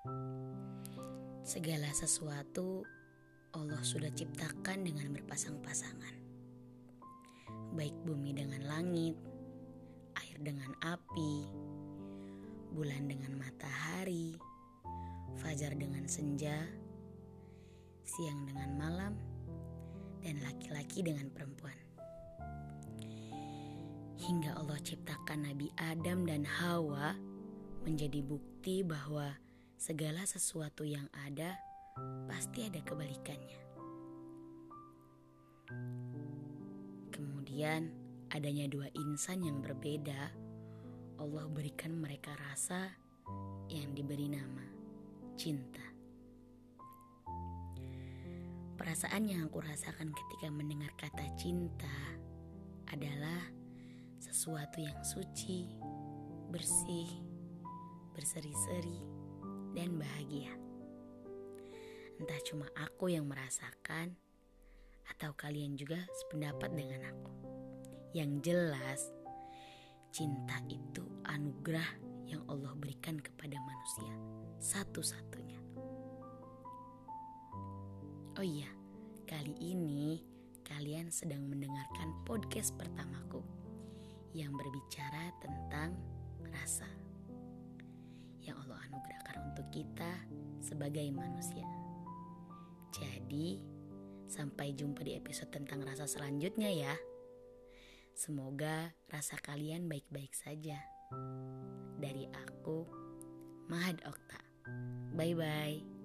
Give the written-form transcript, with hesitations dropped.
Segala sesuatu Allah sudah ciptakan dengan berpasang-pasangan. Baik bumi dengan langit, air dengan api, bulan dengan matahari, fajar dengan senja, siang dengan malam, dan laki-laki dengan perempuan. Hingga Allah ciptakan Nabi Adam dan Hawa menjadi bukti bahwa segala sesuatu yang ada pasti ada kebalikannya. Kemudian adanya dua insan yang berbeda, Allah berikan mereka rasa yang diberi nama cinta. Perasaan yang aku rasakan ketika mendengar kata cinta adalah sesuatu yang suci, bersih, berseri-seri, dan bahagia. Entah cuma aku yang merasakan atau kalian juga sependapat dengan aku. Yang jelas, cinta itu anugerah yang Allah berikan kepada manusia satu-satunya. Oh iya, kali ini kalian sedang mendengarkan podcast pertamaku yang berbicara tentang rasa yang Allah anugerahkan untuk kita sebagai manusia. Jadi, sampai jumpa di episode tentang rasa selanjutnya ya. Semoga rasa kalian baik-baik saja. Dari aku, Mahad Okta. Bye-bye.